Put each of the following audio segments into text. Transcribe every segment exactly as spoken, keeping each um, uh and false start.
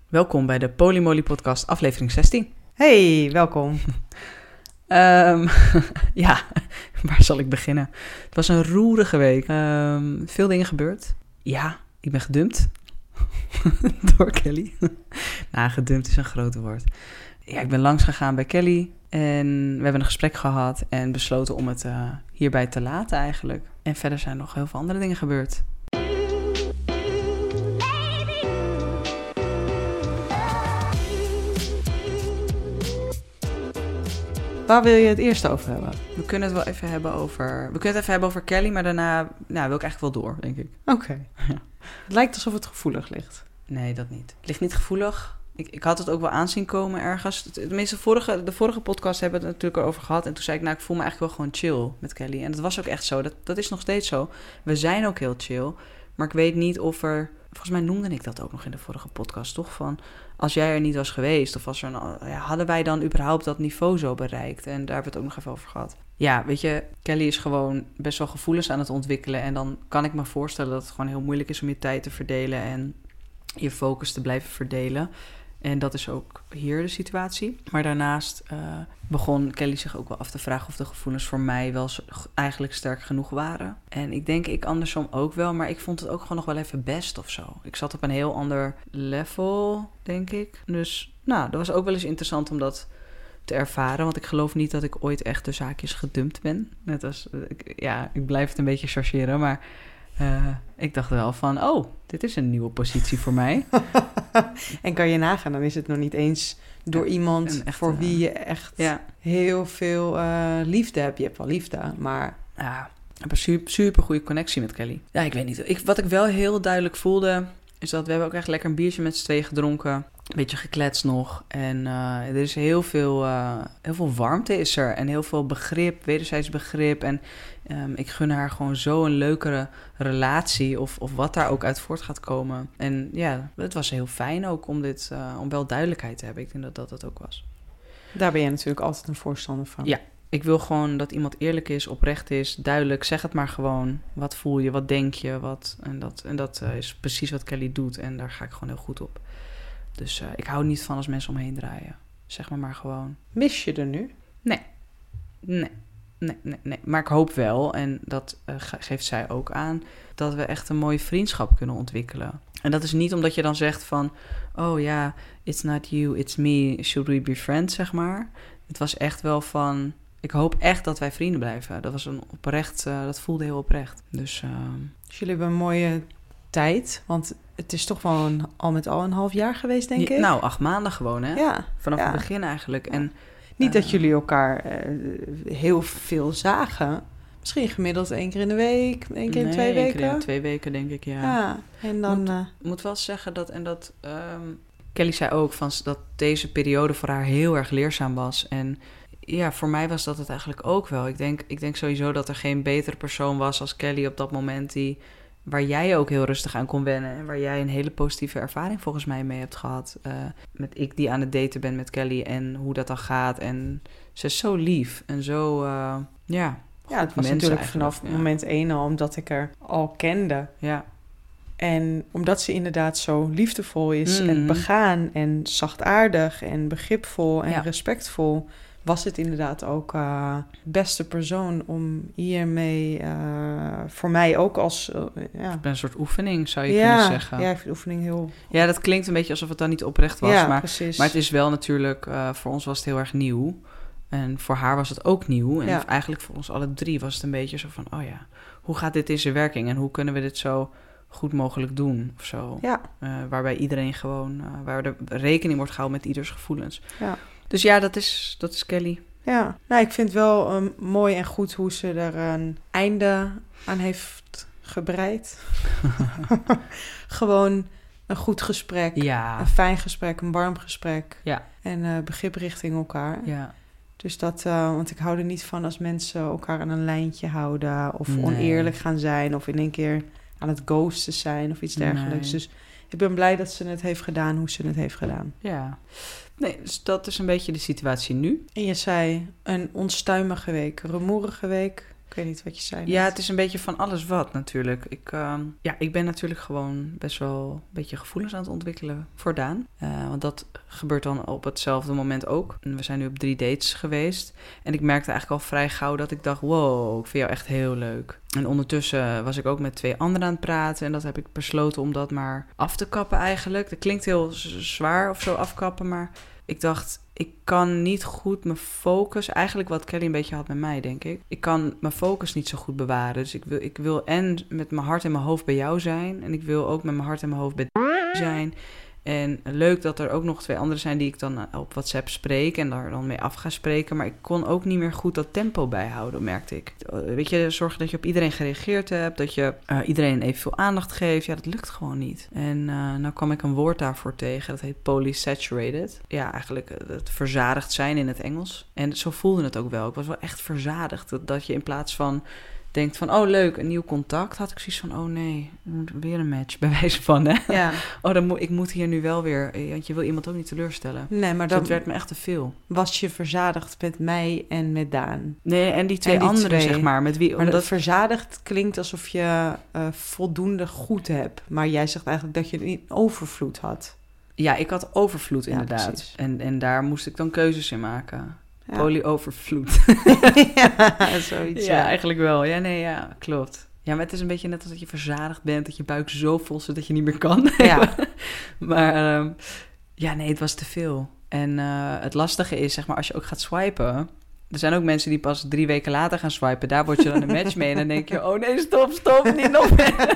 Welkom bij de Polymoly podcast aflevering zestien. Hey, welkom. um, ja, waar zal ik beginnen? Het was een roerige week. Um, veel dingen gebeurd. Ja, ik ben gedumpt door Kelly. nou, gedumpt is een groot woord. Ja, ik ben langs gegaan bij Kelly en we hebben een gesprek gehad en besloten om het uh, hierbij te laten eigenlijk. En verder zijn nog heel veel andere dingen gebeurd. Waar wil je het eerst over hebben? We kunnen het wel even hebben over... We kunnen het even hebben over Kelly, maar daarna nou, wil ik eigenlijk wel door, denk ik. Oké. Okay. Ja. Het lijkt alsof het gevoelig ligt. Nee, dat niet. Het ligt niet gevoelig. Ik, ik had het ook wel aanzien komen ergens. Tenminste, de vorige, de vorige podcast hebben we het natuurlijk over gehad. En toen zei ik, nou, ik voel me eigenlijk wel gewoon chill met Kelly. En dat was ook echt zo. Dat, dat is nog steeds zo. We zijn ook heel chill. Maar ik weet niet of er... Volgens mij noemde ik dat ook nog in de vorige podcast, toch? Van, als jij er niet was geweest, of als er een, ja, hadden wij dan überhaupt dat niveau zo bereikt? En daar hebben we het ook nog even over gehad. Ja, weet je, Kelly is gewoon best wel gevoelens aan het ontwikkelen. En dan kan ik me voorstellen dat het gewoon heel moeilijk is om je tijd te verdelen en je focus te blijven verdelen. En dat is ook hier de situatie. Maar daarnaast uh, begon Kelly zich ook wel af te vragen of de gevoelens voor mij wel eigenlijk sterk genoeg waren. En ik denk ik andersom ook wel, maar ik vond het ook gewoon nog wel even best of zo. Ik zat op een heel ander level, denk ik. Dus nou, dat was ook wel eens interessant om dat te ervaren. Want ik geloof niet dat ik ooit echt de zaakjes gedumpt ben. Net als, ik, ja, ik blijf het een beetje chargeren, maar... Uh, ik dacht wel van, oh, dit is een nieuwe positie voor mij. En kan je nagaan, dan is het nog niet eens door ja, iemand echt, voor wie je echt ja. heel veel uh, liefde hebt. Je hebt wel liefde, maar... Ja, ik heb een super, super goede connectie met Kelly. Ja, ik weet niet. Ik, wat ik wel heel duidelijk voelde, is dat we hebben ook echt lekker een biertje met z'n tweeën gedronken. Een beetje gekletst nog. En uh, er is heel veel, uh, heel veel warmte is er. En heel veel begrip, wederzijds begrip. En um, ik gun haar gewoon zo een leukere relatie. Of, of wat daar ook uit voort gaat komen. En ja, het was heel fijn ook om dit, uh, om wel duidelijkheid te hebben. Ik denk dat dat het ook was. Daar ben jij natuurlijk altijd een voorstander van. Ja, ik wil gewoon dat iemand eerlijk is, oprecht is, duidelijk. Zeg het maar gewoon. Wat voel je, wat denk je, wat... En dat, en dat uh, is precies wat Kelly doet. En daar ga ik gewoon heel goed op. Dus uh, ik hou niet van als mensen omheen draaien. Zeg maar maar gewoon. Mis je er nu? Nee. Nee. Nee, nee, nee. Maar ik hoop wel, en dat uh, geeft zij ook aan, dat we echt een mooie vriendschap kunnen ontwikkelen. En dat is niet omdat je dan zegt van, oh ja, it's not you, it's me, should we be friends, zeg maar. Het was echt wel van, ik hoop echt dat wij vrienden blijven. Dat was een oprecht, uh, dat voelde heel oprecht. Dus, uh, dus jullie hebben een mooie tijd, want het is toch wel een, al met al een half jaar geweest, denk ja, ik. Nou, acht maanden gewoon, hè? Ja. Vanaf ja. het begin eigenlijk. Ja. En niet uh, dat jullie elkaar uh, heel veel zagen. Misschien gemiddeld één keer in de week, één keer nee, in twee weken. één keer in twee weken, denk ik, ja. Ja, en dan... Moet, uh, moet wel zeggen dat, en dat... Um, Kelly zei ook van dat deze periode voor haar heel erg leerzaam was. En ja, voor mij was dat het eigenlijk ook wel. Ik denk, ik denk sowieso dat er geen betere persoon was als Kelly op dat moment die... waar jij ook heel rustig aan kon wennen. En waar jij een hele positieve ervaring volgens mij mee hebt gehad. Uh, met ik die aan het daten ben met Kelly en hoe dat dan gaat. En ze is zo lief en zo, uh, ja... Ja, het was natuurlijk vanaf ja. moment één al, omdat ik haar al kende. Ja. En omdat ze inderdaad zo liefdevol is Mm-hmm. en begaan en zachtaardig en begripvol en ja. respectvol... was het inderdaad ook uh, de beste persoon om hiermee, uh, voor mij ook als... Uh, ja. Een soort oefening, zou je ja, kunnen zeggen. Ja, ik vind de oefening heel... Ja, dat klinkt een beetje alsof het dan niet oprecht was. Ja, maar, precies. Maar het is wel natuurlijk, uh, voor ons was het heel erg nieuw. En voor haar was het ook nieuw. En ja. eigenlijk voor ons alle drie was het een beetje zo van... oh ja, hoe gaat dit in zijn werking? En hoe kunnen we dit zo goed mogelijk doen? Of zo. Ja. Uh, waarbij iedereen gewoon... Uh, waar er rekening wordt gehouden met ieders gevoelens. Ja. Dus ja, dat is, dat is Kelly. Ja, nou, ik vind het wel um, mooi en goed hoe ze er een einde aan heeft gebreid. Gewoon een goed gesprek, ja. een fijn gesprek, een warm gesprek. Ja. En uh, begrip richting elkaar. Ja. Dus dat, uh, want ik hou er niet van als mensen elkaar aan een lijntje houden... of nee. oneerlijk gaan zijn of in één keer aan het ghosten zijn of iets dergelijks. Nee. Dus ik ben blij dat ze het heeft gedaan hoe ze het heeft gedaan. Ja. Nee, dus dat is een beetje de situatie nu. En je zei een onstuimige week, een rumoerige week. Ik weet niet wat je zei. Ja, het is een beetje van alles wat natuurlijk. Ik, uh, ja, ik ben natuurlijk gewoon best wel een beetje gevoelens aan het ontwikkelen voor Daan. Uh, want dat gebeurt dan op hetzelfde moment ook. En we zijn nu op drie dates geweest. En ik merkte eigenlijk al vrij gauw dat ik dacht, wow, ik vind jou echt heel leuk. En ondertussen was ik ook met twee anderen aan het praten. En dat heb ik besloten om dat maar af te kappen eigenlijk. Dat klinkt heel zwaar of zo, afkappen, maar ik dacht, ik kan niet goed mijn focus... Eigenlijk wat Kelly een beetje had met mij, denk ik. Ik kan mijn focus niet zo goed bewaren. Dus ik wil, ik wil en met mijn hart en mijn hoofd bij jou zijn. En ik wil ook met mijn hart en mijn hoofd bij zijn. En leuk dat er ook nog twee anderen zijn die ik dan op WhatsApp spreek en daar dan mee af ga spreken. Maar ik kon ook niet meer goed dat tempo bijhouden, merkte ik. Weet je, zorgen dat je op iedereen gereageerd hebt, dat je uh, iedereen evenveel aandacht geeft. Ja, dat lukt gewoon niet. En uh, nou kwam ik een woord daarvoor tegen, dat heet polysaturated. Ja, eigenlijk het verzadigd zijn in het Engels. En zo voelde het ook wel. Ik was wel echt verzadigd. Dat, dat je in plaats van denkt van, oh leuk, een nieuw contact, had ik zoiets van, oh nee, weer een match, bij wijze van, hè? Ja. Oh, dan moet, ik moet hier nu wel weer, want je wil iemand ook niet teleurstellen. Nee, maar dus dat dan werd me echt te veel. Was je verzadigd met mij en met Daan? Nee, en die twee en die anderen, twee. zeg maar. Met wie, maar omdat verzadigd klinkt alsof je uh, voldoende goed hebt, maar jij zegt eigenlijk dat je een overvloed had. Ja, ik had overvloed inderdaad. Ja, en, en daar moest ik dan keuzes in maken. Ja. Polyovervloed. Ja, zoiets. Ja, ja, eigenlijk wel. Ja, nee, ja, klopt. Ja, maar het is een beetje net als dat je verzadigd bent, dat je buik zo vol zit dat je niet meer kan. Ja. Maar um, ja, nee, het was te veel. En uh, het lastige is, zeg maar, als je ook gaat swipen, er zijn ook mensen die pas drie weken later gaan swipen. Daar word je dan een match mee en dan denk je, oh nee, stop, stop, niet nog meer.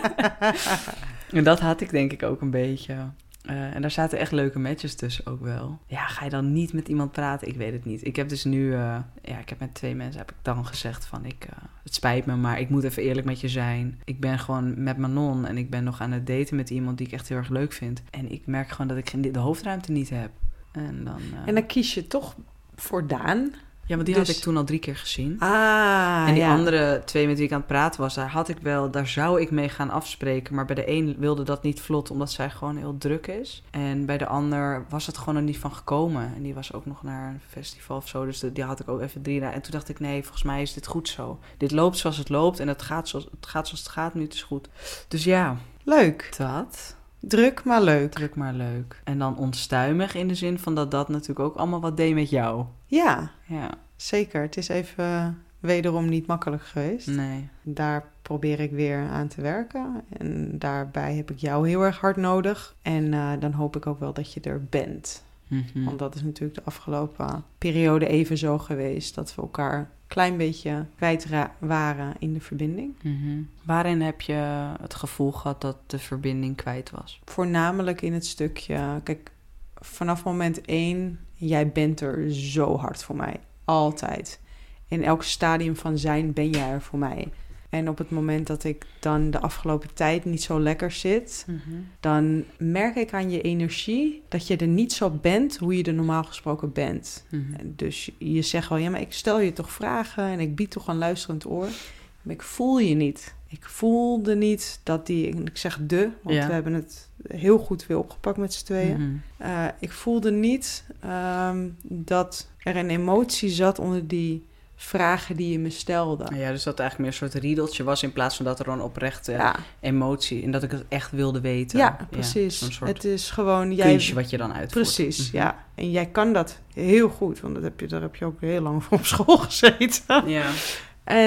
En dat had ik denk ik ook een beetje. Uh, en daar zaten echt leuke matches tussen ook wel. Ja, ga je dan niet met iemand praten? Ik weet het niet. Ik heb dus nu, uh, ja, ik heb met twee mensen heb ik dan gezegd van, ik, uh, het spijt me, maar ik moet even eerlijk met je zijn. Ik ben gewoon met Manon en ik ben nog aan het daten met iemand die ik echt heel erg leuk vind. En ik merk gewoon dat ik de hoofdruimte niet heb. En dan, uh... en dan kies je toch voor Daan. Ja, want die dus had ik toen al drie keer gezien. Ah, En die ja. andere twee met wie ik aan het praten was, daar had ik wel, daar zou ik mee gaan afspreken. Maar bij de een wilde dat niet vlot, omdat zij gewoon heel druk is. En bij de ander was het gewoon er niet van gekomen. En die was ook nog naar een festival of zo. Dus de, die had ik ook even drie dagen. En toen dacht ik, nee, volgens mij is dit goed zo. Dit loopt zoals het loopt en het gaat zoals het gaat, zoals het gaat nu, het is goed. Dus ja. Leuk. Dat. Druk, maar leuk. Druk, maar leuk. En dan onstuimig in de zin van dat dat natuurlijk ook allemaal wat deed met jou. Ja, ja. Zeker. Het is even wederom niet makkelijk geweest. Nee. Daar probeer ik weer aan te werken. En daarbij heb ik jou heel erg hard nodig. En uh, dan hoop ik ook wel dat je er bent. Mm-hmm. Want dat is natuurlijk de afgelopen periode even zo geweest, dat we elkaar een klein beetje kwijt ra- waren in de verbinding. Mm-hmm. Waarin heb je het gevoel gehad dat de verbinding kwijt was? Voornamelijk in het stukje, kijk, vanaf moment één, jij bent er zo hard voor mij. Altijd. In elk stadium van zijn ben jij er voor mij. En op het moment dat ik dan de afgelopen tijd niet zo lekker zit, Mm-hmm. dan merk ik aan je energie dat je er niet zo bent hoe je er normaal gesproken bent. Mm-hmm. Dus je zegt wel, ja, maar ik stel je toch vragen en ik bied toch een luisterend oor. Maar ik voel je niet. Ik voelde niet dat die, ik zeg de, want ja. we hebben het heel goed weer opgepakt met z'n tweeën. Mm-hmm. Uh, ik voelde niet um, dat er een emotie zat onder die vragen die je me stelde. Ja, dus dat het eigenlijk meer een soort riedeltje was in plaats van dat er een oprechte ja. emotie en dat ik het echt wilde weten. Ja, precies. Ja, soort het is gewoon jij kunstje wat je dan uitvoert. Precies, mm-hmm. ja. En jij kan dat heel goed, want dat heb je, daar heb je ook heel lang voor op school gezeten. Ja. En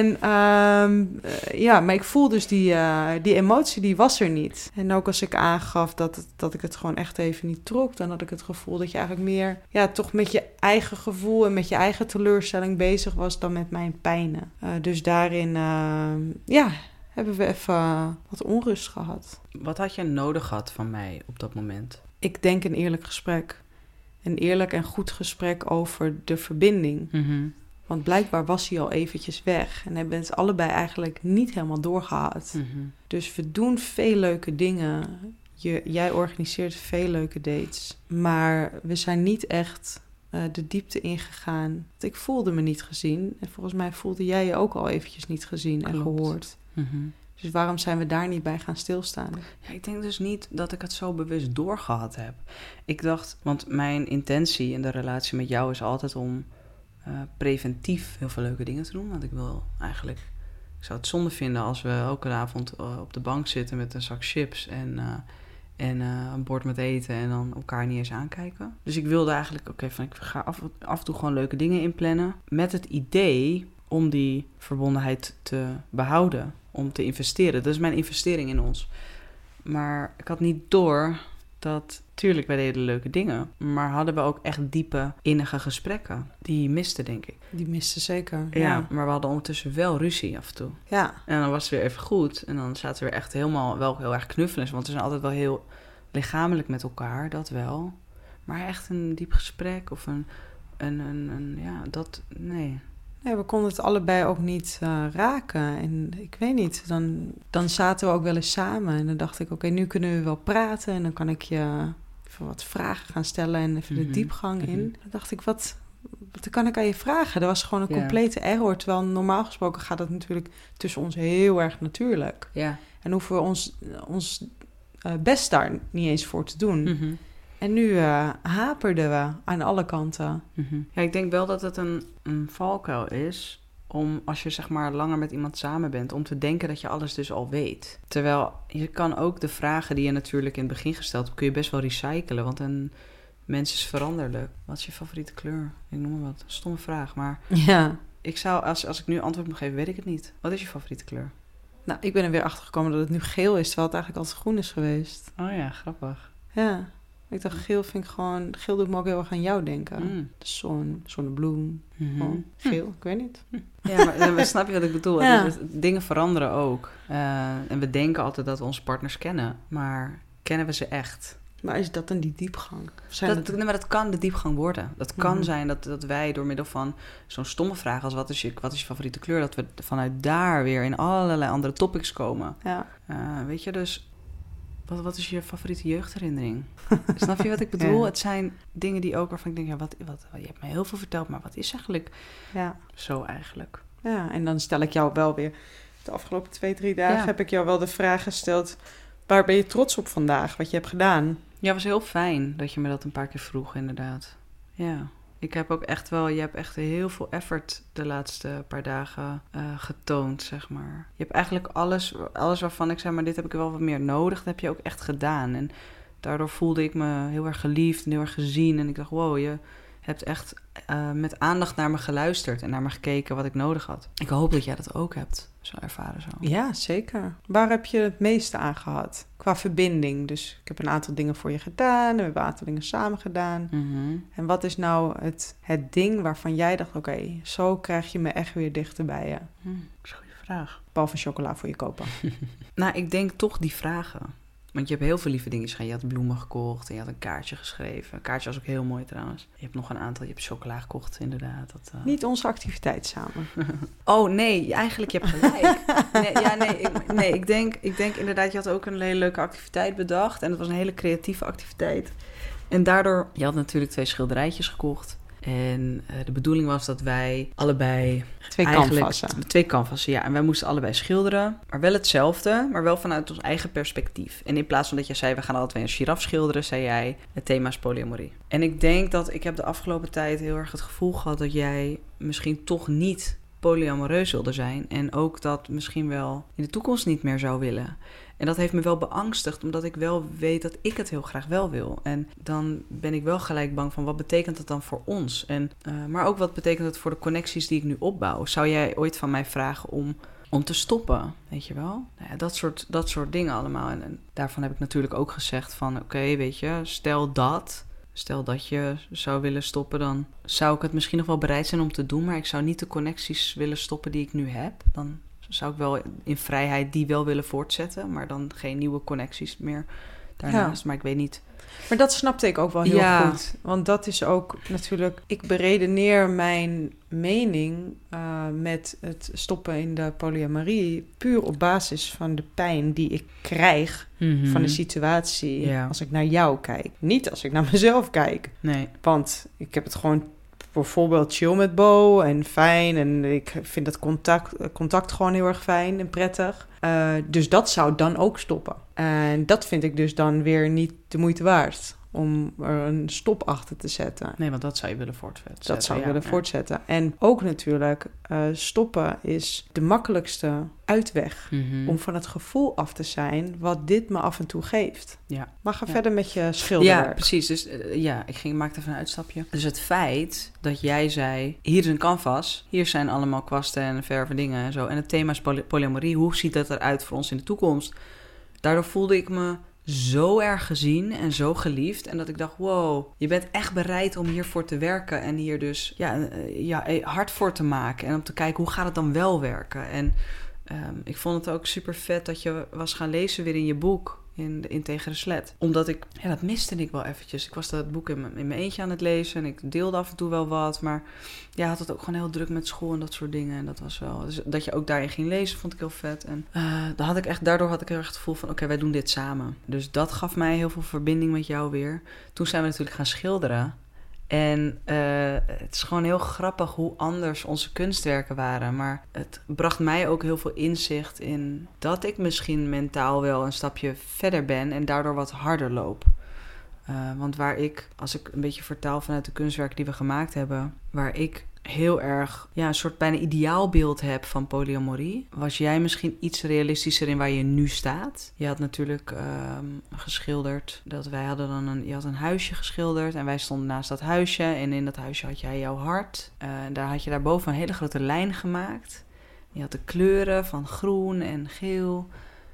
um, uh, ja, maar ik voel dus die, uh, die emotie, die was er niet. En ook als ik aangaf dat, het, dat ik het gewoon echt even niet trok, dan had ik het gevoel dat je eigenlijk meer, ja, toch met je eigen gevoel en met je eigen teleurstelling bezig was dan met mijn pijnen. Uh, dus daarin, uh, ja, hebben we even uh, wat onrust gehad. Wat had je nodig gehad van mij op dat moment? Ik denk een eerlijk gesprek. Een eerlijk en goed gesprek over de verbinding. Mm-hmm. Want blijkbaar was hij al eventjes weg. En hebben het allebei eigenlijk niet helemaal doorgehad. Mm-hmm. Dus we doen veel leuke dingen. Je, jij organiseert veel leuke dates. Maar we zijn niet echt uh, de diepte ingegaan. Want ik voelde me niet gezien. En volgens mij voelde jij je ook al eventjes niet gezien en Klopt. gehoord. Mm-hmm. Dus waarom zijn we daar niet bij gaan stilstaan? Ja, ik denk dus niet dat ik het zo bewust doorgehad heb. Ik dacht, want mijn intentie in de relatie met jou is altijd om Uh, preventief heel veel leuke dingen te doen. Want ik wil eigenlijk zou het zonde vinden als we elke avond uh, op de bank zitten met een zak chips en, uh, en uh, een bord met eten en dan elkaar niet eens aankijken. Dus ik wilde eigenlijk, oké, okay, van ik ga af, af en toe gewoon leuke dingen inplannen. Met het idee om die verbondenheid te behouden, om te investeren. Dat is mijn investering in ons. Maar ik had niet door dat, tuurlijk, wij deden leuke dingen, maar hadden we ook echt diepe, innige gesprekken. Die misten, denk ik. Die misten zeker. Ja, ja, maar we hadden ondertussen wel ruzie af en toe. Ja. En dan was het weer even goed. En dan zaten we weer echt helemaal, wel heel erg knuffelen. Want we zijn altijd wel heel lichamelijk met elkaar, dat wel. Maar echt een diep gesprek of een, een, een, een ja, dat, nee. Nee, we konden het allebei ook niet uh, raken. En ik weet niet, dan, dan zaten we ook wel eens samen. En dan dacht ik, oké, okay, nu kunnen we wel praten. En dan kan ik je even wat vragen gaan stellen en even mm-hmm. de diepgang in. Mm-hmm. Dan dacht ik, wat, wat kan ik aan je vragen? Dat was gewoon een ja. complete error. Terwijl normaal gesproken gaat dat natuurlijk tussen ons heel erg natuurlijk. Ja. En hoeven we ons, ons uh, best daar niet eens voor te doen. Mm-hmm. En nu uh, haperden we aan alle kanten. Mm-hmm. Ja, ik denk wel dat het een, een valkuil is om, als je zeg maar langer met iemand samen bent, om te denken dat je alles dus al weet. Terwijl je kan ook de vragen die je natuurlijk in het begin gesteld hebt, kun je best wel recyclen, want een mens is veranderlijk. Wat is je favoriete kleur? Ik noem maar wat. Een stomme vraag, maar ja. ik zou, als, als ik nu antwoord moet geven, weet ik het niet. Wat is je favoriete kleur? Nou, ik ben er weer achter gekomen dat het nu geel is, terwijl het eigenlijk altijd groen is geweest. Oh ja, grappig. Ja. Ik dacht, geel vind ik gewoon... Geel doet me ook heel erg aan jou denken. Mm. De zon, zonnebloem. Mm-hmm. Oh, geel, hm. ik weet niet. Ja, maar, maar snap je wat ik bedoel? Ja. Dus, dingen veranderen ook. Uh, en we denken altijd dat we onze partners kennen. Maar kennen we ze echt? Maar is dat dan die diepgang? Dat, het... nee, maar dat kan de diepgang worden. Dat kan mm-hmm. zijn dat, dat wij door middel van zo'n stomme vraag als wat is, je, wat is je favoriete kleur... dat we vanuit daar weer in allerlei andere topics komen. Ja. Uh, weet je, dus... Wat, wat is je favoriete jeugdherinnering? Snap je wat ik bedoel? Ja. Het zijn dingen die ook waarvan ik denk... Ja, wat, wat, je hebt me heel veel verteld, maar wat is eigenlijk ja. zo eigenlijk? Ja, en dan stel ik jou wel weer... De afgelopen twee, drie dagen ja. heb ik jou wel de vraag gesteld... Waar ben je trots op vandaag, wat je hebt gedaan? Ja, het was heel fijn dat je me dat een paar keer vroeg, inderdaad. Ja, ik heb ook echt wel... Je hebt echt heel veel effort de laatste paar dagen uh, getoond, zeg maar. Je hebt eigenlijk alles, alles waarvan ik zei... maar dit heb ik wel wat meer nodig, dat heb je ook echt gedaan. En daardoor voelde ik me heel erg geliefd en heel erg gezien. En ik dacht, wow, je hebt echt uh, met aandacht naar me geluisterd... en naar me gekeken wat ik nodig had. Ik hoop dat jij dat ook hebt, zo ervaren zo. Ja, zeker. Waar heb je het meeste aan gehad? Qua verbinding. Dus ik heb een aantal dingen voor je gedaan... en we hebben een aantal dingen samen gedaan. Mm-hmm. En wat is nou het, het ding waarvan jij dacht... oké, okay, zo krijg je me echt weer dichter bij je? Mm, dat is een goede vraag. Behalve chocola voor je kopen. Nou, ik denk toch die vragen... Want je hebt heel veel lieve dingen gedaan. Je had bloemen gekocht en je had een kaartje geschreven. Een kaartje was ook heel mooi trouwens. Je hebt nog een aantal, je hebt chocola gekocht inderdaad. Dat, uh... Niet onze activiteit samen. Oh nee, eigenlijk je hebt gelijk. nee, ja, nee, ik, nee ik, denk, ik denk inderdaad, je had ook een hele leuke activiteit bedacht. En het was een hele creatieve activiteit. En daardoor, je had natuurlijk twee schilderijtjes gekocht. En uh, de bedoeling was dat wij allebei... Twee canvassen. Twee canvassen, ja. En wij moesten allebei schilderen. Maar wel hetzelfde, maar wel vanuit ons eigen perspectief. En in plaats van dat jij zei, we gaan alle twee een giraf schilderen... zei jij, het thema is polyamorie. En ik denk dat ik heb de afgelopen tijd heel erg het gevoel gehad... dat jij misschien toch niet polyamoreus wilde zijn. En ook dat misschien wel in de toekomst niet meer zou willen... En dat heeft me wel beangstigd, omdat ik wel weet dat ik het heel graag wel wil. En dan ben ik wel gelijk bang van, wat betekent dat dan voor ons? En, uh, maar ook, wat betekent het voor de connecties die ik nu opbouw? Zou jij ooit van mij vragen om, om te stoppen? Weet je wel? Nou ja, dat soort, dat soort dingen allemaal. En, en daarvan heb ik natuurlijk ook gezegd van, oké, okay, weet je, stel dat... Stel dat je zou willen stoppen, dan zou ik het misschien nog wel bereid zijn om te doen... maar ik zou niet de connecties willen stoppen die ik nu heb. Dan zou ik wel in vrijheid die wel willen voortzetten... maar dan geen nieuwe connecties meer daarnaast. Ja. Maar ik weet niet... Maar dat snapte ik ook wel heel ja. goed. Want dat is ook natuurlijk... Ik beredeneer mijn mening uh, met het stoppen in de polyamorie... puur op basis van de pijn die ik krijg... Mm-hmm. van de situatie ja. als ik naar jou kijk. Niet als ik naar mezelf kijk. Nee. Want ik heb het gewoon... bijvoorbeeld chill met Bo en fijn. En ik vind dat contact, contact gewoon heel erg fijn en prettig. Uh, dus dat zou dan ook stoppen. En dat vind ik dus dan weer niet de moeite waard om er een stop achter te zetten. Nee, want dat zou je willen voortzetten. Dat zou ik ja, willen ja. voortzetten. En ook natuurlijk, uh, stoppen is de makkelijkste uitweg Mm-hmm. om van het gevoel af te zijn wat dit me af en toe geeft. Ja. Maar ga ja. verder met je schilderwerk. Ja, precies. Dus uh, ja, ik ging, maakte even een uitstapje. Dus het feit dat jij zei, hier is een canvas, hier zijn allemaal kwasten en verven dingen en zo. En het thema is poly- polyamorie. Hoe ziet dat eruit voor ons in de toekomst? Daardoor voelde ik me zo erg gezien en zo geliefd. En dat ik dacht, wow, je bent echt bereid om hiervoor te werken. En hier dus ja, uh, ja, hard voor te maken. En om te kijken, hoe gaat het dan wel werken? En um, ik vond het ook super vet dat je was gaan lezen weer in je boek. In de Integere Slet. Omdat ik, ja, dat miste ik wel eventjes. Ik was dat boek in mijn, in mijn eentje aan het lezen. En ik deelde af en toe wel wat. Maar ja, had het ook gewoon heel druk met school en dat soort dingen. En dat was wel, dus dat je ook daarin ging lezen, vond ik heel vet. En uh, dan had ik echt, daardoor had ik heel erg het gevoel van, oké, okay, wij doen dit samen. Dus dat gaf mij heel veel verbinding met jou weer. Toen zijn we natuurlijk gaan schilderen. En uh, het is gewoon heel grappig hoe anders onze kunstwerken waren. Maar het bracht mij ook heel veel inzicht in dat ik misschien mentaal wel een stapje verder ben en daardoor wat harder loop. Uh, want waar ik, als ik een beetje vertaal vanuit de kunstwerken die we gemaakt hebben, waar ik heel erg ja, een soort bijna ideaalbeeld heb van polyamorie, was jij misschien iets realistischer in waar je nu staat. Je had natuurlijk um, geschilderd dat wij hadden dan een, je had een huisje geschilderd en wij stonden naast dat huisje en in dat huisje had jij jouw hart. Uh, en daar had je daarboven een hele grote lijn gemaakt. Je had de kleuren van groen en geel.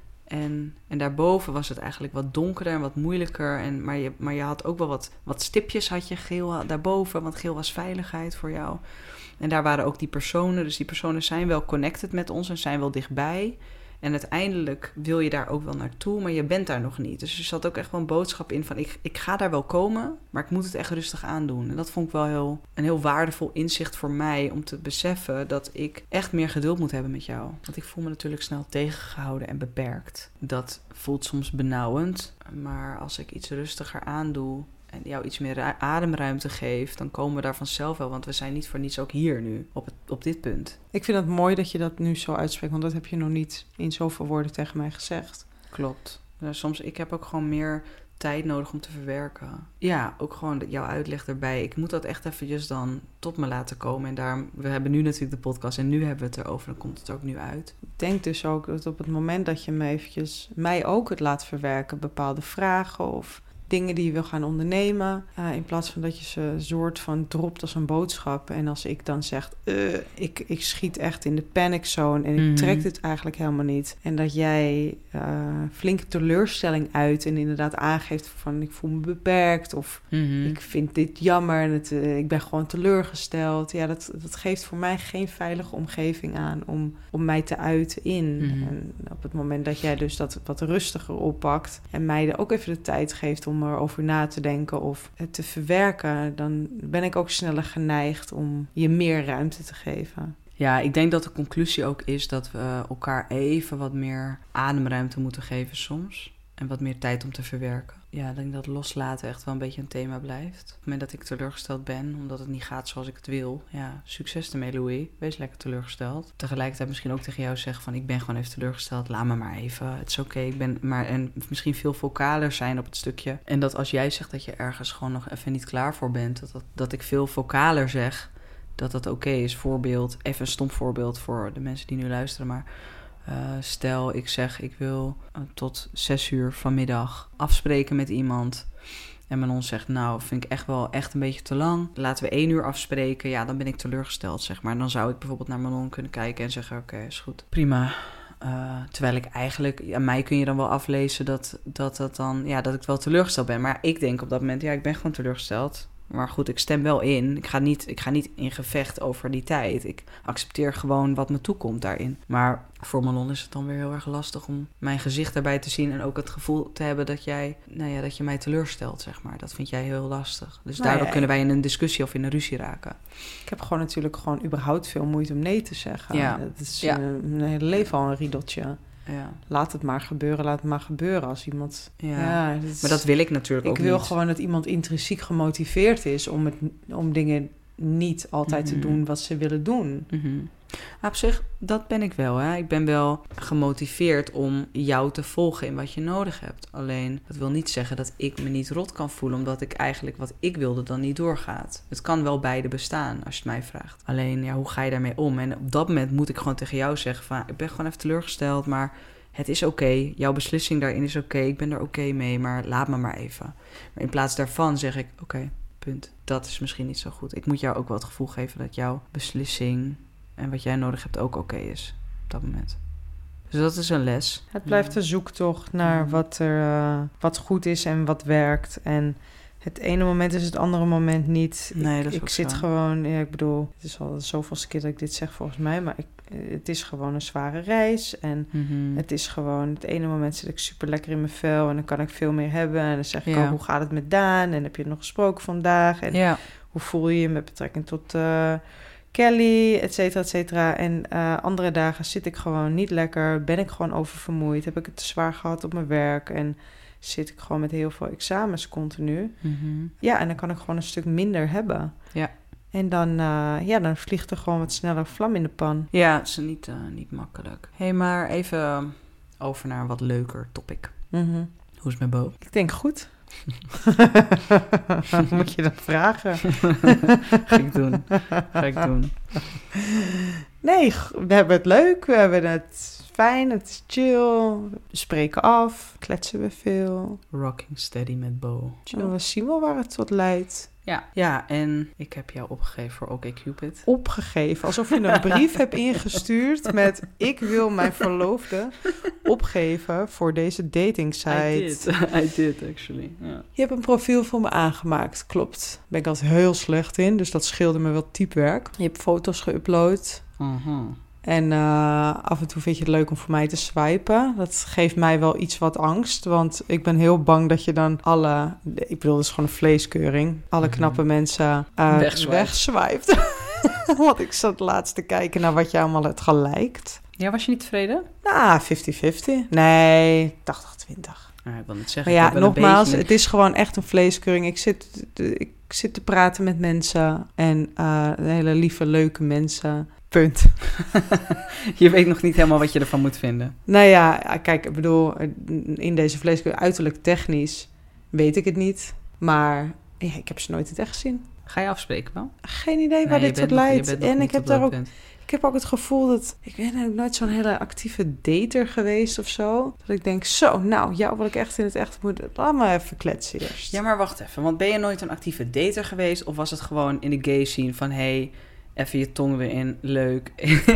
En, en daarboven was het eigenlijk wat donkerder en wat moeilijker. En, maar, je, maar je had ook wel wat, wat stipjes had je geel daarboven. Want geel was veiligheid voor jou. En daar waren ook die personen. Dus die personen zijn wel connected met ons en zijn wel dichtbij. En uiteindelijk wil je daar ook wel naartoe, maar je bent daar nog niet. Dus er zat ook echt wel een boodschap in van, ik, ik ga daar wel komen, maar ik moet het echt rustig aandoen. En dat vond ik wel heel, een heel waardevol inzicht voor mij om te beseffen dat ik echt meer geduld moet hebben met jou. Want ik voel me natuurlijk snel tegengehouden en beperkt. Dat voelt soms benauwend, maar als ik iets rustiger aandoe en jou iets meer ra- ademruimte geef, dan komen we daar vanzelf wel. Want we zijn niet voor niets ook hier nu, op, het, op dit punt. Ik vind het mooi dat je dat nu zo uitspreekt, want dat heb je nog niet in zoveel woorden tegen mij gezegd. Klopt. Dus soms, ik heb ook gewoon meer tijd nodig om te verwerken. Ja, ook gewoon jouw uitleg erbij. Ik moet dat echt eventjes dan tot me laten komen. En daarom, we hebben nu natuurlijk de podcast en nu hebben we het erover. Dan komt het ook nu uit. Ik denk dus ook dat op het moment dat je me eventjes, mij ook het laat verwerken, bepaalde vragen of dingen die je wil gaan ondernemen, uh, in plaats van dat je ze een soort van dropt als een boodschap. En als ik dan zeg, uh, ik, ik schiet echt in de panic zone en ik Mm-hmm. trek dit eigenlijk helemaal niet. En dat jij uh, flinke teleurstelling uit en inderdaad aangeeft van, ik voel me beperkt of Mm-hmm. ik vind dit jammer en het, uh, ik ben gewoon teleurgesteld. Ja, dat, dat geeft voor mij geen veilige omgeving aan om, om mij te uiten in. Mm-hmm. En op het moment dat jij dus dat wat rustiger oppakt en mij er ook even de tijd geeft om erover na te denken of het te verwerken, dan ben ik ook sneller geneigd om je meer ruimte te geven. Ja, ik denk dat de conclusie ook is dat we elkaar even wat meer ademruimte moeten geven soms. En wat meer tijd om te verwerken. Ja, ik denk dat loslaten echt wel een beetje een thema blijft. Op het moment dat ik teleurgesteld ben, omdat het niet gaat zoals ik het wil. Ja, succes ermee, Louis. Wees lekker teleurgesteld. Tegelijkertijd misschien ook tegen jou zeggen van, ik ben gewoon even teleurgesteld. Laat me maar even. Het is oké. Okay. Ik ben maar en misschien veel vocaler zijn op het stukje. En dat als jij zegt dat je ergens gewoon nog even niet klaar voor bent, dat, dat, dat ik veel vocaler zeg, dat dat oké okay is. Voorbeeld, even een stom voorbeeld voor de mensen die nu luisteren, maar Uh, stel, ik zeg, ik wil uh, tot zes uur vanmiddag afspreken met iemand. En Manon zegt, nou, vind ik echt wel echt een beetje te lang. Laten we één uur afspreken. Ja, dan ben ik teleurgesteld, zeg maar. Dan zou ik bijvoorbeeld naar Manon kunnen kijken en zeggen, oké, okay, is goed. Prima. Uh, terwijl ik eigenlijk, aan mij kun je dan wel aflezen dat, dat, dat, dan, ja, dat ik wel teleurgesteld ben. Maar ik denk op dat moment, ja, ik ben gewoon teleurgesteld. Maar goed, ik stem wel in. Ik ga niet, ik ga niet in gevecht over die tijd. Ik accepteer gewoon wat me toekomt daarin. Maar voor Manon is het dan weer heel erg lastig om mijn gezicht daarbij te zien en ook het gevoel te hebben dat jij, nou ja, dat je mij teleurstelt, zeg maar. Dat vind jij heel lastig. Dus nou daardoor ja, kunnen wij in een discussie of in een ruzie raken. Ik heb gewoon natuurlijk gewoon überhaupt veel moeite om nee te zeggen. Ja. Het is Ja. uh, mijn hele leven al een riedeltje. Ja. Laat het maar gebeuren, laat het maar gebeuren als iemand. Ja. Ja, dat is, Maar dat wil ik natuurlijk ik ook wil niet. gewoon dat iemand intrinsiek gemotiveerd is om, het, om dingen niet altijd Mm-hmm. te doen wat ze willen doen. Mm-hmm. Maar op zich, dat ben ik wel. Hè? Ik ben wel gemotiveerd om jou te volgen in wat je nodig hebt. Alleen, dat wil niet zeggen dat ik me niet rot kan voelen, omdat ik eigenlijk wat ik wilde dan niet doorgaat. Het kan wel beide bestaan, als je het mij vraagt. Alleen, ja, hoe ga je daarmee om? En op dat moment moet ik gewoon tegen jou zeggen van, ik ben gewoon even teleurgesteld, maar het is oké. Okay. Jouw beslissing daarin is oké. Okay. Ik ben er oké okay mee, maar laat me maar even. Maar in plaats daarvan zeg ik, oké, okay, punt. Dat is misschien niet zo goed. Ik moet jou ook wel het gevoel geven dat jouw beslissing en wat jij nodig hebt ook oké okay is op dat moment. Dus dat is een les. Het blijft een zoektocht naar wat er uh, wat goed is en wat werkt. En het ene moment is het andere moment niet. Nee, ik dat is ik zit zo. gewoon, ja, ik bedoel, het is al zoveelste keer dat ik dit zeg volgens mij, maar ik, het is gewoon een zware reis. En Mm-hmm. het is gewoon, het ene moment zit ik super lekker in mijn vel en dan kan ik veel meer hebben. En dan zeg ik Ja. ook, hoe gaat het met Daan? En heb je nog gesproken vandaag? En Ja. hoe voel je je met betrekking tot uh, Kelly, et cetera, et cetera. En uh, andere dagen zit ik gewoon niet lekker, ben ik gewoon oververmoeid, heb ik het te zwaar gehad op mijn werk en zit ik gewoon met heel veel examens continu. Mm-hmm. Ja, en dan kan ik gewoon een stuk minder hebben. Ja. En dan, uh, ja, dan vliegt er gewoon wat sneller vlam in de pan. Ja, het is niet, uh, niet makkelijk. Hé, hey, maar even over naar een wat leuker topic. Mm-hmm. Hoe is het met Bo? Ik denk goed. Moet je dat vragen? Ga ik doen. Ga ik doen. Nee, we hebben het leuk. We hebben het fijn. Het is chill. We spreken af. Kletsen we veel. Rocking steady met Bo. En we zien wel waar het tot leidt. Ja, ja, en ik heb jou opgegeven voor OkCupid. Opgegeven, alsof je een brief hebt ingestuurd met ik wil mijn verloofde opgeven voor deze dating site. I did, I did actually. Yeah. Je hebt een profiel voor me aangemaakt, klopt. Daar ben ik altijd heel slecht in, dus dat scheelde me wel typewerk. Je hebt foto's geüpload. Uh-huh. En uh, af en toe vind je het leuk om voor mij te swipen. Dat geeft mij wel iets wat angst. Want ik ben heel bang dat je dan alle... Ik bedoel, dat is gewoon een vleeskeuring. Alle knappe mensen uh, wegswipt. Want ik zat laatst te kijken naar wat je allemaal hebt geliked. Ja, was je niet tevreden? Nou, vijftig vijftig. Nee, tachtig twintig. Ja, ik wil het zeggen. Maar ja, ik heb wel nogmaals, een beetje... het is gewoon echt een vleeskeuring. Ik zit, ik zit te praten met mensen. En uh, hele lieve, leuke mensen... Punt. Je weet nog niet helemaal wat je ervan moet vinden. Nou ja, kijk, ik bedoel, in deze vleeskeuring uiterlijk technisch weet ik het niet. Maar ja, ik heb ze nooit in het echt gezien. Ga je afspreken wel? Geen idee waar nee, dit tot leidt. En ik heb daar ook, punt. ik heb ook het gevoel dat, ik ben ook nooit zo'n hele actieve dater geweest of zo. Dat ik denk, zo, nou, jou wil ik echt in het echt moeten. Laat maar even kletsen eerst. Ja, maar wacht even. Want ben je nooit een actieve dater geweest? Of was het gewoon in de gay scene van, hey... Even je tong weer in, leuk.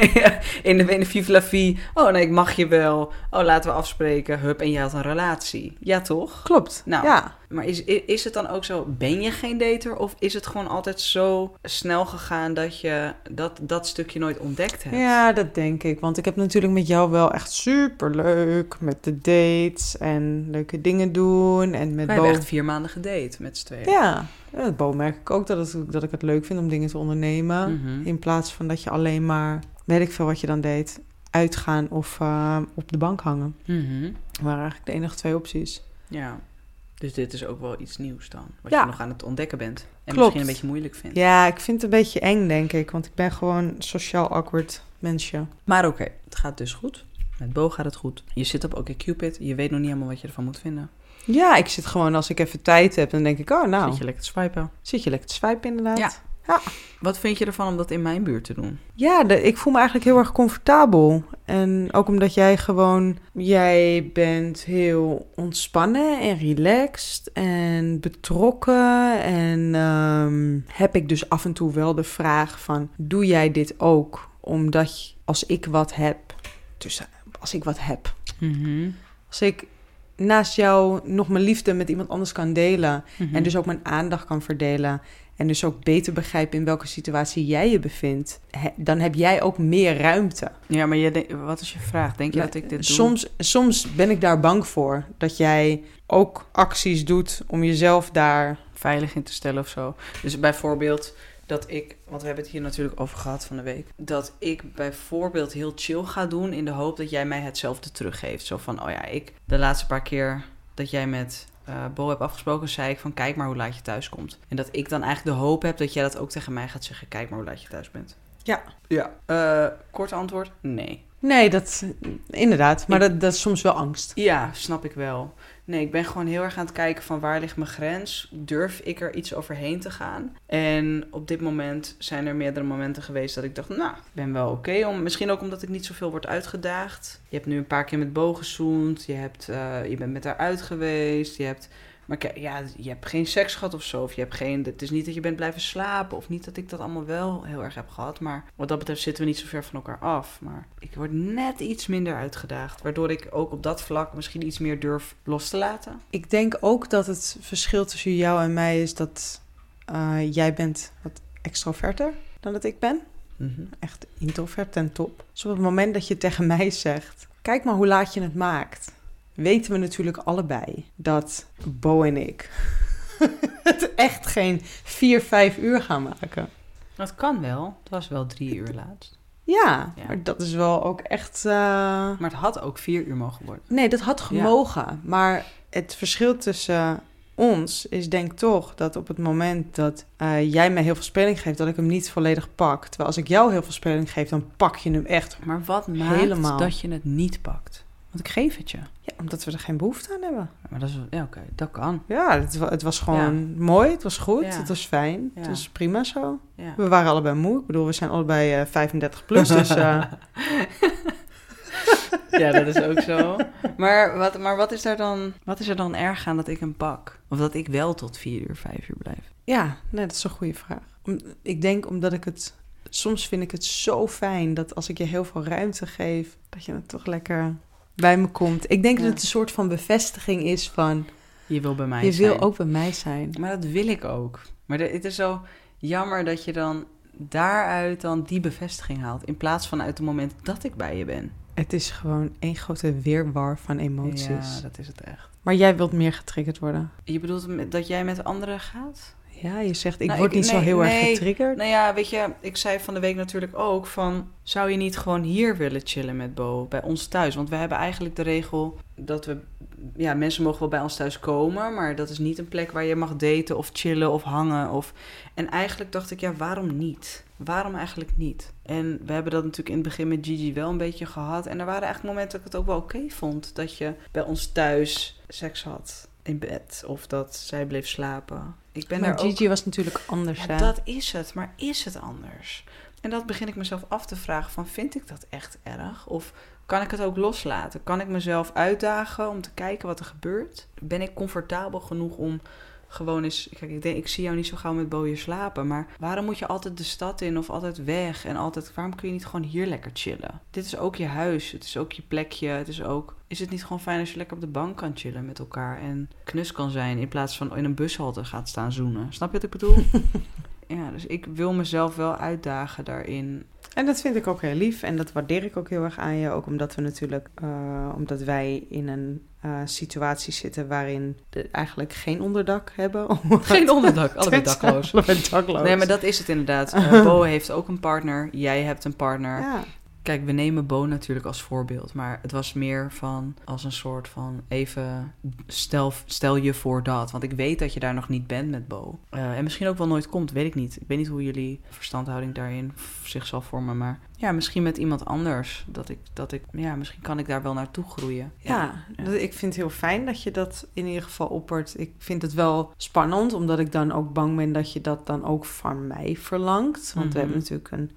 in de, in de Vive la Vie. Oh nee, ik mag je wel. Oh, laten we afspreken. Hup, en je had een relatie. Ja, toch? Klopt, nou, ja. Maar is, is het dan ook zo, ben je geen dater? Of is het gewoon altijd zo snel gegaan dat je dat, dat stukje nooit ontdekt hebt? Ja, dat denk ik. Want ik heb natuurlijk met jou wel echt super leuk met de dates en leuke dingen doen. En met Wij Bo... hebben echt vier maanden gedate met z'n tweeën. Ja, met Bo merk ik ook dat, het, dat ik het leuk vind om dingen te ondernemen. Mm-hmm. In plaats van dat je alleen maar, weet ik veel wat je dan deed, uitgaan of uh, op de bank hangen. Mm-hmm. Dat waren eigenlijk de enige twee opties. Ja, dus dit is ook wel iets nieuws dan. Wat ja. je nog aan het ontdekken bent. En Klopt. misschien een beetje moeilijk vindt. Ja, ik vind het een beetje eng, denk ik. Want ik ben gewoon sociaal awkward mensje. Maar oké, okay, het gaat dus goed. Met Bo gaat het goed. Je zit op OkCupid. Je weet nog niet helemaal wat je ervan moet vinden. Ja, ik zit gewoon, als ik even tijd heb, dan denk ik, oh nou. Zit je lekker te swipen? Zit je lekker te swipen, inderdaad. Ja. ja. Wat vind je ervan om dat in mijn buurt te doen? Ja, de, ik voel me eigenlijk heel erg comfortabel. En ook omdat jij gewoon... Jij bent heel ontspannen en relaxed en betrokken. En um, heb ik dus af en toe wel de vraag van... Doe jij dit ook omdat als ik wat heb... Dus als ik wat heb... Mm-hmm. Als ik naast jou nog mijn liefde met iemand anders kan delen... Mm-hmm. En dus ook mijn aandacht kan verdelen... En dus ook beter begrijpen in welke situatie jij je bevindt... He, dan heb jij ook meer ruimte. Ja, maar je denk, wat is je vraag? Denk je ja, dat ik dit doe? Soms, soms ben ik daar bang voor. Dat jij ook acties doet om jezelf daar... veilig in te stellen of zo. Dus bijvoorbeeld dat ik... Want we hebben het hier natuurlijk over gehad van de week. Dat ik bijvoorbeeld heel chill ga doen... in de hoop dat jij mij hetzelfde teruggeeft. Zo van, oh ja, ik... De laatste paar keer dat jij met... Uh, Bo heb afgesproken, zei ik van kijk maar hoe laat je thuis komt. En dat ik dan eigenlijk de hoop heb dat jij dat ook tegen mij gaat zeggen. Kijk maar hoe laat je thuis bent. Ja. Ja. Uh, kort antwoord, nee. Nee, dat inderdaad. Maar ik, dat, dat is soms wel angst. Ja, snap ik wel. Nee, ik ben gewoon heel erg aan het kijken van waar ligt mijn grens? Durf ik er iets overheen te gaan? En op dit moment zijn er meerdere momenten geweest dat ik dacht, nou, ik ben wel oké. Okay om, misschien ook omdat ik niet zoveel word uitgedaagd. Je hebt nu een paar keer met Bo gezoend. Je, hebt, uh, je bent met haar uit geweest. Je hebt... Maar kijk, ja, je hebt geen seks gehad of zo. Of je hebt geen... Het is niet dat je bent blijven slapen. Of niet dat ik dat allemaal wel heel erg heb gehad. Maar wat dat betreft zitten we niet zo ver van elkaar af. Maar ik word net iets minder uitgedaagd. Waardoor ik ook op dat vlak misschien iets meer durf los te laten. Ik denk ook dat het verschil tussen jou en mij is dat uh, jij bent wat extroverter dan dat ik ben. Mm-hmm. Echt introvert ten top. Dus op het moment dat je tegen mij zegt, kijk maar hoe laat je het maakt, weten we natuurlijk allebei dat Bo en ik het echt geen vier, vijf uur gaan maken. Dat kan wel. Het was wel drie uur laatst. Ja, ja. Maar dat is wel ook echt... Uh... Maar het had ook vier uur mogen worden. Nee, dat had gemogen. Ja. Maar het verschil tussen ons is denk ik toch dat op het moment dat uh, jij mij heel veel speling geeft, dat ik hem niet volledig pak. Terwijl als ik jou heel veel speling geef, dan pak je hem echt. Maar wat maakt helemaal dat je het niet pakt? Want ik geef het je. Ja, omdat we er geen behoefte aan hebben. Ja, maar dat is... Ja, oké. Okay, dat kan. Ja, het, het was gewoon ja. mooi. Het was goed. Ja. Het was fijn. Ja. Het was prima zo. Ja. We waren allebei moe. Ik bedoel, we zijn allebei uh, vijfendertig plus, dus... Uh... ja, dat is ook zo. Maar, wat, maar wat, is er dan, wat is er dan erg aan dat ik hem pak? Of dat ik wel tot vier uur, vijf uur blijf? Ja, nee, dat is een goede vraag. Om, ik denk omdat ik het... Soms vind ik het zo fijn dat als ik je heel veel ruimte geef, dat je het toch lekker bij me komt. Ik denk ja. dat het een soort van bevestiging is van... Je wil bij mij je zijn. Je wil ook bij mij zijn. Maar dat wil ik ook. Maar de, het is zo jammer dat je dan daaruit dan die bevestiging haalt, in plaats van uit het moment dat ik bij je ben. Het is gewoon één grote wirwar van emoties. Ja, dat is het echt. Maar jij wilt meer getriggerd worden. Je bedoelt dat jij met anderen gaat? Ja, je zegt, ik nou, word ik, niet nee, zo heel nee, erg getriggerd. Nou ja, weet je, ik zei van de week natuurlijk ook van... Zou je niet gewoon hier willen chillen met Bo, bij ons thuis? Want we hebben eigenlijk de regel dat we... Ja, mensen mogen wel bij ons thuis komen, maar dat is niet een plek waar je mag daten of chillen of hangen. Of... En eigenlijk dacht ik, ja, waarom niet? Waarom eigenlijk niet? En we hebben dat natuurlijk in het begin met Gigi wel een beetje gehad. En er waren eigenlijk momenten dat ik het ook wel oké okay vond. Dat je bij ons thuis seks had in bed. Of dat zij bleef slapen. Ik ben maar daar Gigi ook... was natuurlijk anders, ja, hè? Dat is het, maar is het anders? En dat begin ik mezelf af te vragen van, vind ik dat echt erg? Of kan ik het ook loslaten? Kan ik mezelf uitdagen om te kijken wat er gebeurt? Ben ik comfortabel genoeg om gewoon eens... Kijk, ik, denk, ik zie jou niet zo gauw met Bo hier slapen, maar waarom moet je altijd de stad in of altijd weg? En altijd, waarom kun je niet gewoon hier lekker chillen? Dit is ook je huis, het is ook je plekje, het is ook... Is het niet gewoon fijn als je lekker op de bank kan chillen met elkaar en knus kan zijn in plaats van in een bushalte gaat staan zoenen? Snap je wat ik bedoel? Ja, dus ik wil mezelf wel uitdagen daarin. En dat vind ik ook heel lief en dat waardeer ik ook heel erg aan je. Ook omdat we natuurlijk, uh, omdat wij in een uh, situatie zitten waarin we eigenlijk geen onderdak hebben. Geen onderdak, allebei dakloos. Allebei dakloos. Nee, maar dat is het inderdaad. Uh, Bo heeft ook een partner, jij hebt een partner. Ja. Kijk, we nemen Bo natuurlijk als voorbeeld, maar het was meer van als een soort van even stel, stel je voor dat. Want ik weet dat je daar nog niet bent met Bo. Uh, en misschien ook wel nooit komt, weet ik niet. Ik weet niet hoe jullie verstandhouding daarin zich zal vormen, maar ja, misschien met iemand anders. Dat ik, dat ik, ja, misschien kan ik daar wel naartoe groeien. Ja, ja, ik vind het heel fijn dat je dat in ieder geval oppert. Ik vind het wel spannend, omdat ik dan ook bang ben dat je dat dan ook van mij verlangt. Want mm-hmm. we hebben natuurlijk een,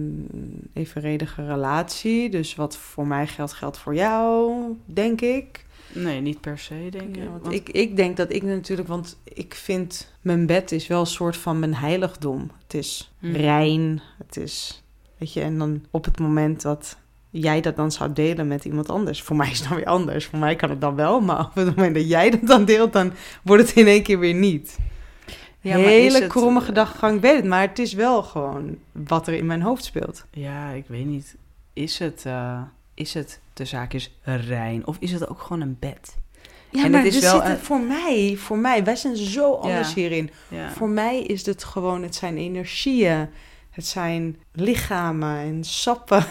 een evenredige relatie. Dus wat voor mij geldt, geldt voor jou, denk ik. Nee, niet per se, denk ja, ik. Want want... ik. Ik denk dat ik natuurlijk, want ik vind mijn bed is wel een soort van mijn heiligdom. Het is mm. rein, het is, weet je, en dan op het moment dat jij dat dan zou delen met iemand anders. Voor mij is het dan weer anders. Voor mij kan het dan wel, maar op het moment dat jij dat dan deelt, dan wordt het in één keer weer niet. Ja, hele kromme gedachtegang, ik weet het, maar het is wel gewoon wat er in mijn hoofd speelt. Ja, ik weet niet. Is het, uh, is het de zaakjes rein of is het ook gewoon een bed? Ja, en maar het is wel zitten, een... voor mij, voor mij, wij zijn zo anders ja, hierin. Ja. Voor mij is het gewoon, het zijn energieën, het zijn lichamen en sappen.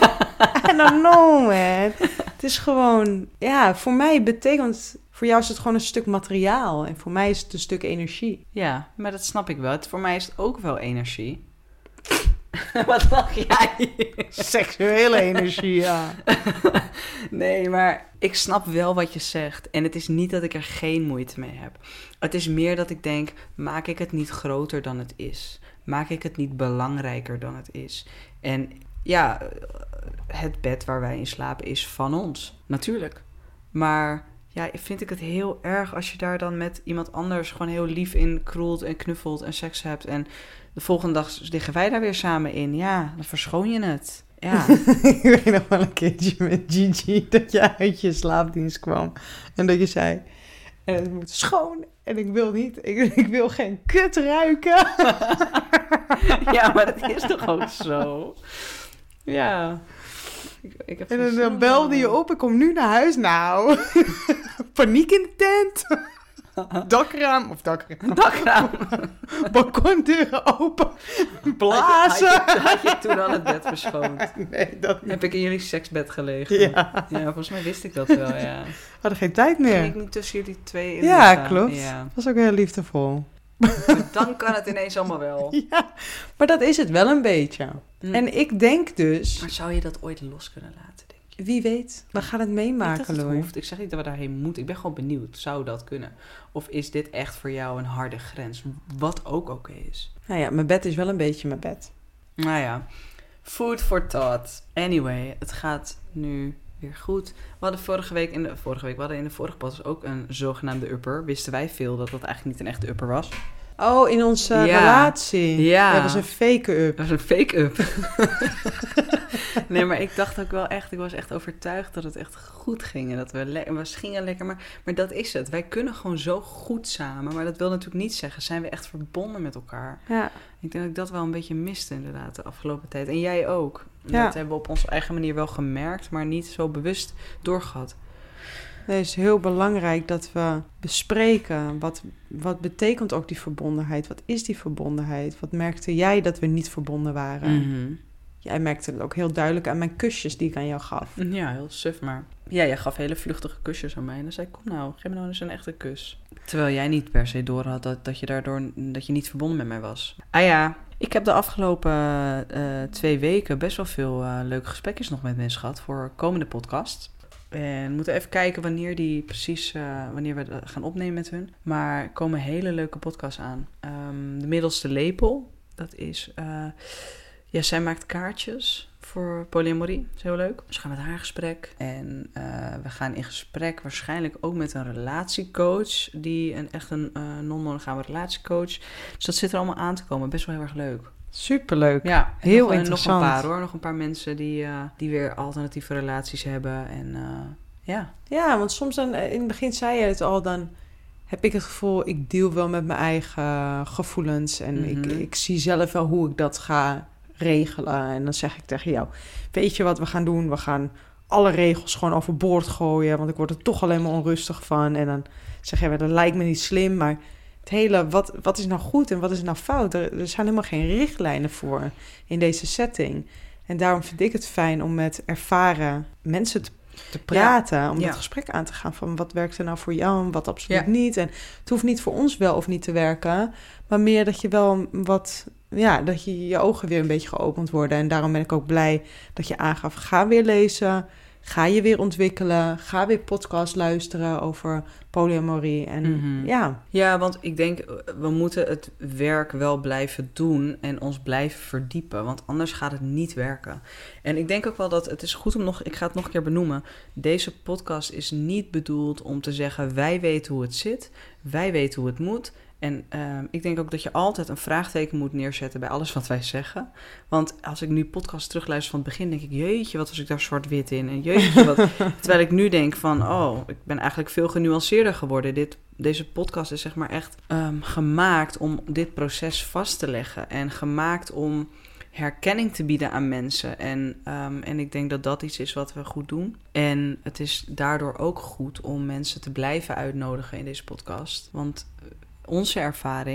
I don't know, man. Het is gewoon, ja, voor mij betekent... Voor jou is het gewoon een stuk materiaal. En voor mij is het een stuk energie. Ja, maar dat snap ik wel. Het, voor mij is het ook wel energie. Wat lach jij? Seksuele energie, ja. Nee, maar ik snap wel wat je zegt. En het is niet dat ik er geen moeite mee heb. Het is meer dat ik denk, maak ik het niet groter dan het is? Maak ik het niet belangrijker dan het is? En ja, het bed waar wij in slapen is van ons. Natuurlijk. Maar ja, vind ik het heel erg als je daar dan met iemand anders gewoon heel lief in kroelt en knuffelt en seks hebt. En de volgende dag liggen wij daar weer samen in. Ja, dan verschoon je het. Ja. Ik weet nog wel een keertje met Gigi dat je uit je slaapdienst kwam. En dat je zei, en het moet schoon en ik wil niet, ik, ik wil geen kut ruiken. Ja, maar dat is toch ook zo? Ja. Ik, ik heb En dan, dan belde je op, ik kom nu naar huis. Nou, paniek in de tent. Dakraam, of dakraam. Dakraam. Balkondeuren open. Blazen. Had je, had je, had je toen al het bed verschoond? Nee, dat niet. Heb ik in jullie seksbed gelegen? Ja. Ja, volgens mij wist ik dat wel, ja. We hadden geen tijd meer. Ging ik niet tussen jullie twee in? Ja, gaan? klopt. Ja. Dat was ook heel liefdevol. Maar dan kan het ineens allemaal wel. Ja, maar dat is het wel een beetje. Hm. En ik denk dus, Maar zou je dat ooit los kunnen laten, denk je? wie weet, we gaan het Ik meemaken, dat het Loei. hoeft. Ik zeg niet dat we daarheen moeten. Ik ben gewoon benieuwd. Zou dat kunnen? Of is dit echt voor jou een harde grens? Wat ook oké is. Nou ja, mijn bed is wel een beetje mijn bed. Nou ja, food for thought. Anyway, het gaat nu weer goed. We hadden vorige week in de vorige week, we hadden in de vorige podcast ook een zogenaamde upper. Wisten wij veel dat dat eigenlijk niet een echte upper was. Oh, in onze Ja. relatie. Ja. Dat was een fake-up. Dat was een fake-up. Nee, maar ik dacht ook wel echt, ik was echt overtuigd dat het echt goed ging. En dat we, le- we gingen lekker, maar, maar dat is het. Wij kunnen gewoon zo goed samen. Maar dat wil natuurlijk niet zeggen, zijn we echt verbonden met elkaar. Ja. Ik denk dat ik dat wel een beetje miste inderdaad de afgelopen tijd. En jij ook. Ja. Dat hebben we op onze eigen manier wel gemerkt, maar niet zo bewust doorgehad. Het is heel belangrijk dat we bespreken. Wat, wat betekent ook die verbondenheid? Wat is die verbondenheid? Wat merkte jij dat we niet verbonden waren? Mm-hmm. Jij merkte het ook heel duidelijk aan mijn kusjes die ik aan jou gaf. Ja, heel suf, maar... Ja, jij gaf hele vluchtige kusjes aan mij. En dan zei ik, kom nou, geef me nou eens een echte kus. Terwijl jij niet per se door had dat, dat je daardoor dat je niet verbonden met mij was. Ah ja, ik heb de afgelopen uh, twee weken best wel veel uh, leuke gesprekjes nog met mensen gehad voor komende podcast. En we moeten even kijken wanneer die precies, uh, wanneer we gaan opnemen met hun. Maar er komen hele leuke podcasts aan. Um, de middelste lepel, dat is... Uh, ja, zij maakt kaartjes voor polyamorie. Dat is heel leuk. Dus we gaan met haar in gesprek. En uh, we gaan in gesprek waarschijnlijk ook met een relatiecoach. Die een, echt een uh, non-monogame relatiecoach. Dus dat zit er allemaal aan te komen. Best wel heel erg leuk. Superleuk. Ja, heel nog, interessant. Nog een paar hoor. Nog een paar mensen die, uh, die weer alternatieve relaties hebben. En uh, ja. Ja, want soms dan, in het begin zei je het al, dan heb ik het gevoel, ik deal wel met mijn eigen gevoelens. En Mm-hmm. ik, ik zie zelf wel hoe ik dat ga regelen. En dan zeg ik tegen jou, weet je wat we gaan doen? We gaan alle regels gewoon overboord gooien, want ik word er toch alleen maar onrustig van. En dan zeg je, dat lijkt me niet slim, maar het hele, wat, wat is nou goed en wat is nou fout? Er, er zijn helemaal geen richtlijnen voor in deze setting. En daarom vind ik het fijn om met ervaren mensen te te praten, ja, om ja. dat gesprek aan te gaan van wat werkt er nou voor jou en wat absoluut ja. niet. En het hoeft niet voor ons wel of niet te werken, maar meer dat je wel wat, ja, dat je je ogen weer een beetje geopend worden. En daarom ben ik ook blij dat je aangaf, ga weer lezen, ga je weer ontwikkelen, ga weer podcast luisteren over polyamorie. En mm-hmm. ja. Ja, want ik denk, we moeten het werk wel blijven doen en ons blijven verdiepen, want anders gaat het niet werken. En ik denk ook wel dat het is goed om nog, ik ga het nog een keer benoemen, deze podcast is niet bedoeld om te zeggen, wij weten hoe het zit, wij weten hoe het moet. En uh, ik denk ook dat je altijd een vraagteken moet neerzetten bij alles wat wij zeggen. Want als ik nu podcast terugluister van het begin, denk ik, jeetje, wat was ik daar zwart-wit in? En jeetje, wat... Terwijl ik nu denk van, oh, ik ben eigenlijk veel genuanceerder geworden. Dit, deze podcast is zeg maar echt um, gemaakt om dit proces vast te leggen. En gemaakt om herkenning te bieden aan mensen. En, um, en ik denk dat dat iets is wat we goed doen. En het is daardoor ook goed om mensen te blijven uitnodigen in deze podcast. Want onze ervaring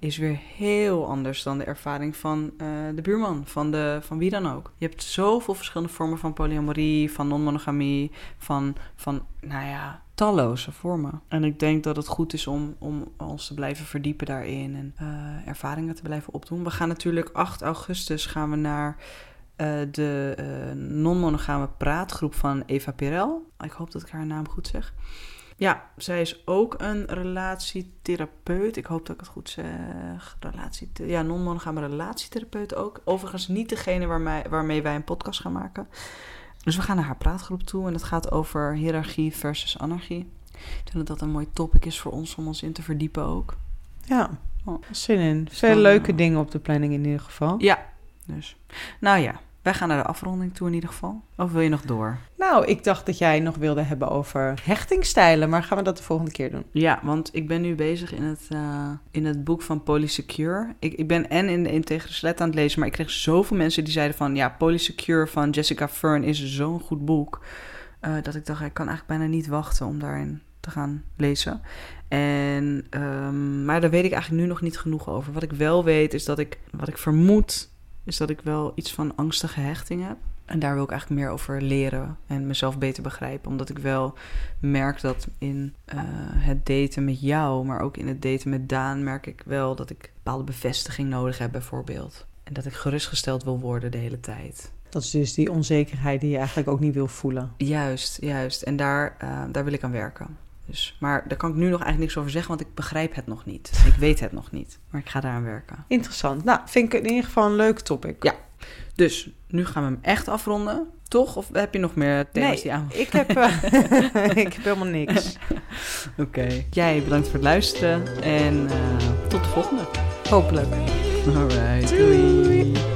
is weer heel anders dan de ervaring van uh, de buurman, van, de, van wie dan ook. Je hebt zoveel verschillende vormen van polyamorie, van non-monogamie, van, van, nou ja, talloze vormen. En ik denk dat het goed is om, om ons te blijven verdiepen daarin en uh, ervaringen te blijven opdoen. We gaan natuurlijk acht augustus gaan we naar uh, de uh, non-monogame praatgroep van Eva Perel. Ik hoop dat ik haar naam goed zeg. Ja, zij is ook een relatietherapeut. Ik hoop dat ik het goed zeg. Relatiethera- ja, non-monogame relatietherapeut ook. Overigens niet degene waarmee, waarmee wij een podcast gaan maken. Dus we gaan naar haar praatgroep toe en het gaat over hiërarchie versus anarchie. Ik denk dat dat een mooi topic is voor ons om ons in te verdiepen ook. Ja, oh. zin in. Dus Veel dan, leuke uh, dingen op de planning in ieder geval. Ja, dus. Nou ja, wij gaan naar de afronding toe in ieder geval. Of wil je nog door? Nou, ik dacht dat jij nog wilde hebben over hechtingstijlen, maar gaan we dat de volgende keer doen? Ja, want ik ben nu bezig in het, uh, in het boek van Polysecure. Ik, ik ben en in de Integere Slet aan het lezen, maar ik kreeg zoveel mensen die zeiden van... ja, Polysecure van Jessica Fern is zo'n goed boek, uh, dat ik dacht, ik kan eigenlijk bijna niet wachten om daarin te gaan lezen. En, um, maar daar weet ik eigenlijk nu nog niet genoeg over. Wat ik wel weet is dat ik, wat ik vermoed, is dat ik wel iets van angstige hechting heb. En daar wil ik eigenlijk meer over leren en mezelf beter begrijpen. Omdat ik wel merk dat in uh, het daten met jou, maar ook in het daten met Daan, merk ik wel dat ik bepaalde bevestiging nodig heb bijvoorbeeld. En dat ik gerustgesteld wil worden de hele tijd. Dat is dus die onzekerheid die je eigenlijk ook niet wil voelen. Juist, juist. En daar, uh, daar wil ik aan werken. Dus, maar daar kan ik nu nog eigenlijk niks over zeggen, want ik begrijp het nog niet. Ik weet het nog niet, maar ik ga daaraan werken. Interessant. Nou, vind ik in ieder geval een leuk topic. Ja, dus nu gaan we hem echt afronden, toch? Of heb je nog meer thema's nee, die aan? ik heb, uh, ik heb helemaal niks. Oké. Okay. Jij bedankt voor het luisteren en uh, tot de volgende. Hopelijk. Alright, doei. doei.